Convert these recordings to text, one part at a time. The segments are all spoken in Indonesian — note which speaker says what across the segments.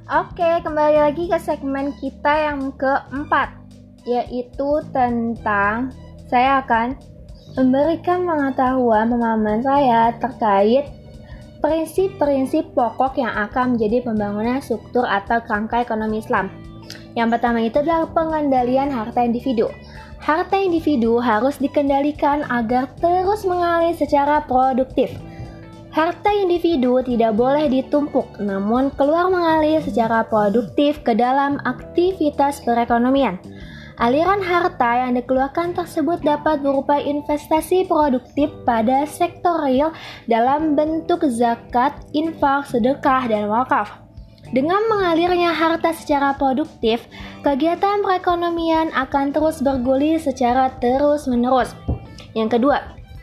Speaker 1: Oke, kembali lagi ke segmen kita yang keempat, yaitu tentang saya akan memberikan pemahaman saya terkait prinsip-prinsip pokok yang akan menjadi pembangunan struktur atau kerangka ekonomi Islam. Yang pertama itu adalah pengendalian harta individu. Harta individu harus dikendalikan agar terus mengalir secara produktif. Harta individu tidak boleh ditumpuk, namun keluar mengalir secara produktif ke dalam aktivitas perekonomian. Aliran harta yang dikeluarkan tersebut dapat berupa investasi produktif pada sektor real dalam bentuk zakat, infak, sedekah, dan wakaf. Dengan mengalirnya harta secara produktif, kegiatan perekonomian akan terus bergulir secara terus-menerus. Yang kedua,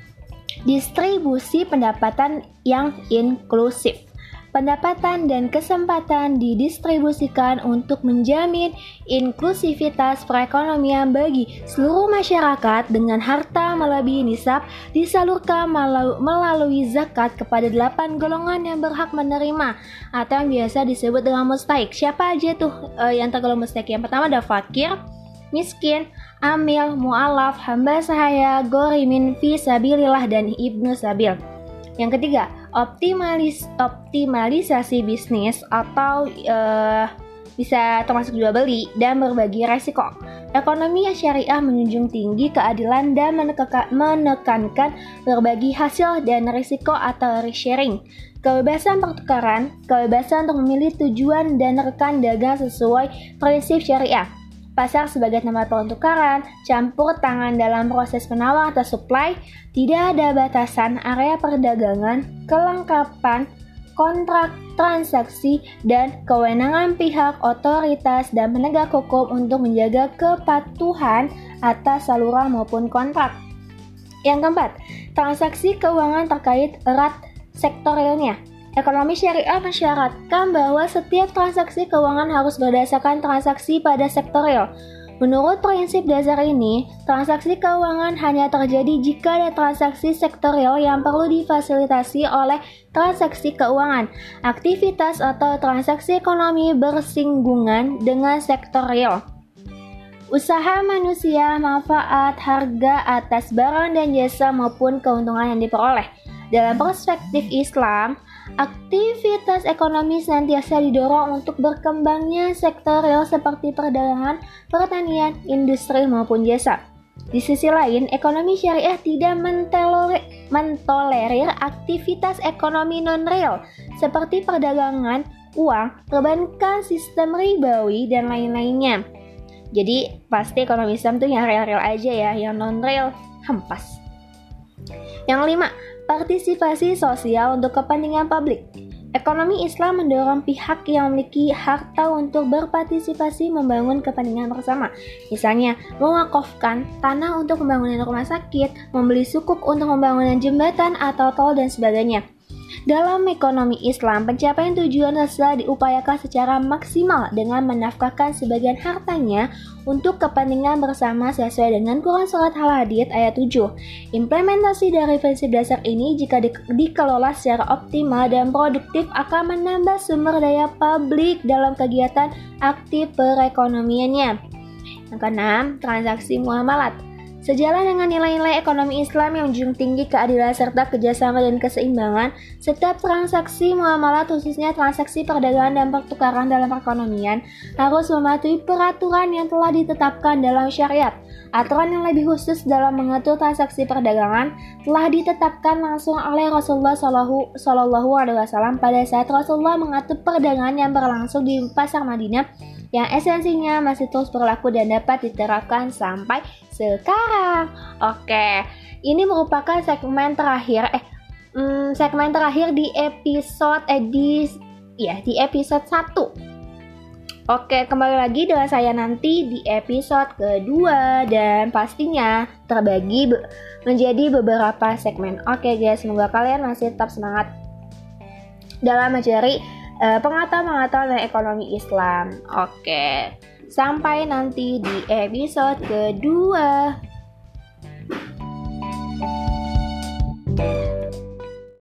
Speaker 1: distribusi pendapatan yang inklusif. Pendapatan dan kesempatan didistribusikan untuk menjamin inklusivitas perekonomian bagi seluruh masyarakat dengan harta melebihi nisab disalurkan melalui zakat kepada 8 golongan yang berhak menerima atau yang biasa disebut dengan mustahik. Siapa aja tuh yang tergolong mustahik? Yang pertama ada fakir, miskin, amil, mu'alaf, hamba sahaya, gorimin, fisabilillah, dan ibnu sabil. Yang ketiga, optimalisasi bisnis atau bisa termasuk jual beli dan berbagi resiko. Ekonomi syariah menjunjung tinggi keadilan dan menekankan berbagi hasil dan risiko atau risk sharing. Kebebasan pertukaran, kebebasan untuk memilih tujuan dan rekan dagang sesuai prinsip syariah. Pasar sebagai tempat pertukaran, campur tangan dalam proses penawar atau supply, tidak ada batasan area perdagangan, kelengkapan, kontrak, transaksi, dan kewenangan pihak, otoritas, dan penegak hukum untuk menjaga kepatuhan atas saluran maupun kontrak. Yang keempat, transaksi keuangan terkait erat sektor realnya. Ekonomi syariah mensyaratkan bahwa setiap transaksi keuangan harus berdasarkan transaksi pada sektor real. Menurut prinsip dasar ini, transaksi keuangan hanya terjadi jika ada transaksi sektorial yang perlu difasilitasi oleh transaksi keuangan. Aktivitas atau transaksi ekonomi bersinggungan dengan sektor real. Usaha manusia, manfaat, harga atas barang dan jasa maupun keuntungan yang diperoleh. Dalam perspektif Islam, aktivitas ekonomi senantiasa didorong untuk berkembangnya sektor real seperti perdagangan, pertanian, industri maupun jasa. Di sisi lain, ekonomi syariah tidak mentolerir aktivitas ekonomi non-real seperti perdagangan, uang, perbankan, sistem ribawi, dan lain-lainnya. Jadi pasti ekonomi Islam tuh yang real-real aja ya, yang non-real hempas. Yang kelima, partisipasi sosial untuk kepentingan publik. Ekonomi Islam mendorong pihak yang memiliki harta untuk berpartisipasi membangun kepentingan bersama. Misalnya, mewakafkan tanah untuk pembangunan rumah sakit, membeli sukuk untuk pembangunan jembatan atau tol, dan sebagainya. Dalam ekonomi Islam, pencapaian tujuan telah diupayakan secara maksimal dengan menafkahkan sebagian hartanya untuk kepentingan bersama sesuai dengan Quran Surat Al-Hadid ayat 7. Implementasi dari prinsip dasar ini jika dikelola secara optimal dan produktif akan menambah sumber daya publik dalam kegiatan aktif perekonomiannya. Yang keenam, transaksi muamalat. Sejalan dengan nilai-nilai ekonomi Islam yang menjunjung tinggi keadilan serta kerjasama dan keseimbangan, setiap transaksi muamalah khususnya transaksi perdagangan dan pertukaran dalam perekonomian harus mematuhi peraturan yang telah ditetapkan dalam syariat. Aturan yang lebih khusus dalam mengatur transaksi perdagangan telah ditetapkan langsung oleh Rasulullah SAW pada saat Rasulullah mengatur perdagangan yang berlangsung di pasar Madinah, yang esensinya masih terus berlaku dan dapat diterapkan sampai sekarang. Oke, ini merupakan segmen terakhir di episode di episode 1. Oke, kembali lagi dengan saya nanti di episode kedua dan pastinya terbagi menjadi beberapa segmen. Oke guys, semoga kalian masih tetap semangat dalam mencari pengetahuan ekonomi Islam. Oke, sampai nanti di episode kedua.